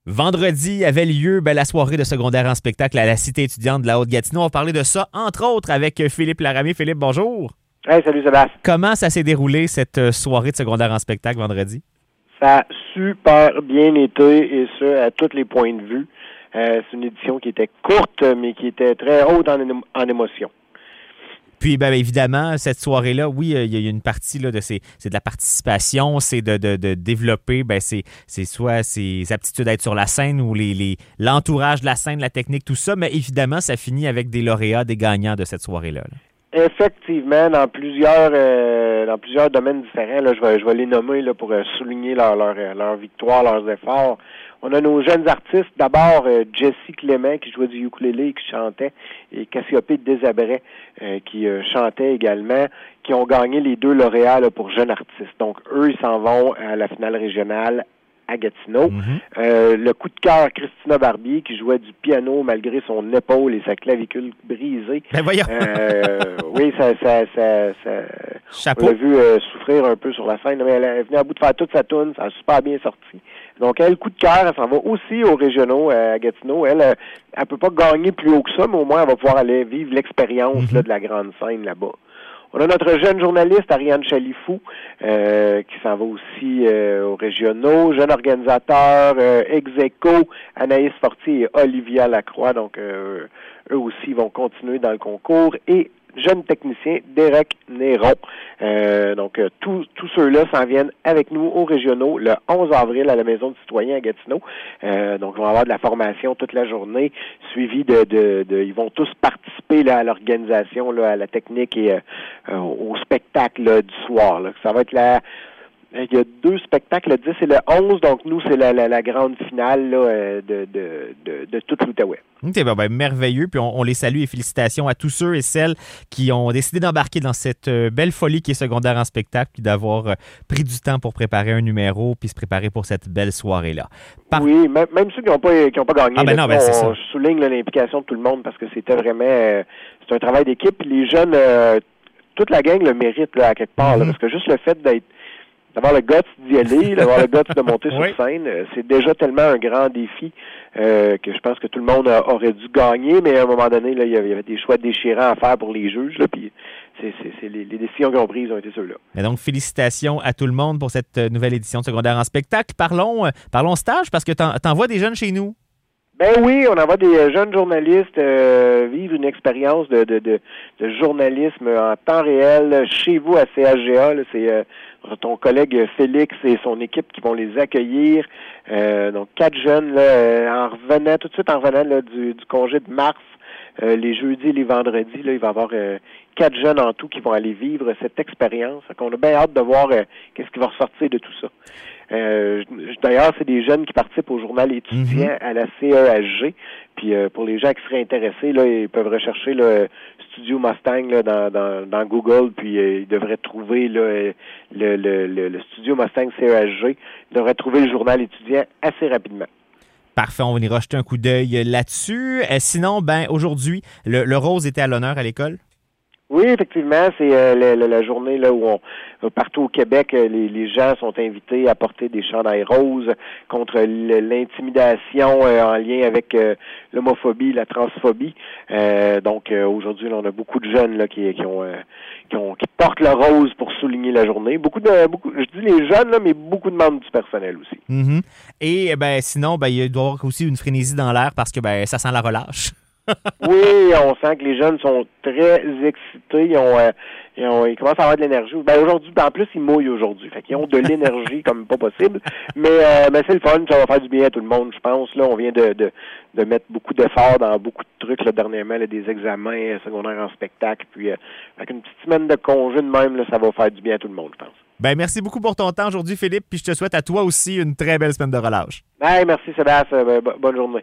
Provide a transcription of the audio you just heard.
Vendredi avait lieu la soirée de secondaire en spectacle à la Cité étudiante de la Haute-Gatineau. On va parler de ça, entre autres, avec Philippe Laramie. Philippe, bonjour. Hey, salut Sébastien. Comment ça s'est déroulé, cette soirée de secondaire en spectacle vendredi? Ça a super bien été, et ça, à tous les points de vue. C'est une édition qui était courte, mais qui était très haute en émotion. Puis, évidemment, cette soirée-là, oui, il y a une partie là, c'est de la participation, c'est de développer c'est soit ses aptitudes à être sur la scène ou l'entourage de la scène, la technique, tout ça, mais évidemment, ça finit avec des lauréats, des gagnants de cette soirée-là. Effectivement, dans plusieurs domaines différents, là, je vais les nommer là, pour souligner leur victoire, leurs efforts. On a nos jeunes artistes. D'abord, Jessie Clément qui jouait du ukulélé et qui chantait, et Cassiopée Desabrais qui chantait également, qui ont gagné les 2 lauréats là, pour jeunes artistes. Donc, eux, ils s'en vont à la finale régionale à Gatineau. Le coup de cœur, Christina Barbier, qui jouait du piano malgré son épaule et sa clavicule brisée. Voyons! Oui, Chapeau. On l'a vu souffrir un peu sur la scène, mais elle est venue à bout de faire toute sa toune, ça a super bien sorti. Donc, elle, coup de cœur, elle s'en va aussi aux régionaux à Gatineau. Elle peut pas gagner plus haut que ça, mais au moins, elle va pouvoir aller vivre l'expérience là, de la grande scène là-bas. On a notre jeune journaliste, Ariane Chalifou, qui s'en va aussi aux régionaux. Jeune organisateur, ex-aequo, Anaïs Fortier et Olivia Lacroix. Donc, eux aussi vont continuer dans le concours. Et jeune technicien, Derek Néron. Donc, tous ceux-là s'en viennent avec nous aux régionaux le 11 avril à la Maison du Citoyen à Gatineau. Donc, ils vont avoir de la formation toute la journée, suivi ils vont tous participer là, à l'organisation, là, à la technique et au spectacle là, du soir. Là. Ça va être il y a 2 spectacles, le 10 et le 11, donc nous, c'est la grande finale là, de toute l'Outaouais. Merveilleux, puis on les salue et félicitations à tous ceux et celles qui ont décidé d'embarquer dans cette belle folie qui est secondaire en spectacle, puis d'avoir pris du temps pour préparer un numéro, puis se préparer pour cette belle soirée-là. Oui, même ceux qui n'ont pas gagné. Je souligne l'implication de tout le monde parce que c'était vraiment c'est un travail d'équipe, puis les jeunes, toute la gang le mérite là, à quelque part, là, parce que juste le fait d'avoir le guts d'y aller, d'avoir le guts de monter sur scène, c'est déjà tellement un grand défi que je pense que tout le monde aurait dû gagner, mais à un moment donné, là, il y avait des choix déchirants à faire pour les juges, là, puis les décisions qu'ils ont prises ont été ceux-là. Et donc, félicitations à tout le monde pour cette nouvelle édition de secondaire en spectacle. Parlons stage, parce que t'envoies des jeunes chez nous. Ben oui, on envoie des jeunes journalistes vivre une expérience de journalisme en temps réel chez vous à CHGA. Là, c'est ton collègue Félix et son équipe qui vont les accueillir. Donc 4 jeunes là, tout de suite en revenant là, du congé de mars. Les jeudis et les vendredis, là, il va y avoir 4 jeunes en tout qui vont aller vivre cette expérience. Donc, on a bien hâte de voir qu'est-ce qui va ressortir de tout ça. D'ailleurs, c'est des jeunes qui participent au journal étudiant à la CEHG. Puis pour les gens qui seraient intéressés, là, ils peuvent rechercher le Studio Mustang là, dans Google, puis ils devraient trouver là, le Studio Mustang CEHG. Ils devraient trouver le journal étudiant assez rapidement. Parfait, on va y jeter un coup d'œil là-dessus. Sinon, aujourd'hui, le rose était à l'honneur à l'école? Oui, effectivement, c'est la journée là où partout au Québec, les gens sont invités à porter des chandails roses contre l'intimidation en lien avec l'homophobie, la transphobie. Donc aujourd'hui, là, on a beaucoup de jeunes là qui portent le rose pour souligner la journée. Je dis les jeunes là, mais beaucoup de membres du personnel aussi. Et sinon, il doit y avoir aussi une frénésie dans l'air parce que ça sent la relâche. Oui, on sent que les jeunes sont très excités. Ils commencent à avoir de l'énergie. Aujourd'hui, en plus, ils mouillent aujourd'hui. Fait qu'ils ont de l'énergie comme pas possible. Mais c'est le fun. Ça va faire du bien à tout le monde, je pense. Là, on vient de mettre beaucoup d'efforts dans beaucoup de trucs là, dernièrement, là, des examens secondaires en spectacle. Puis, avec une petite semaine de congé de même, là, ça va faire du bien à tout le monde, je pense. Merci beaucoup pour ton temps aujourd'hui, Philippe. Puis je te souhaite à toi aussi une très belle semaine de relâche. Merci, Sébastien. Bonne journée.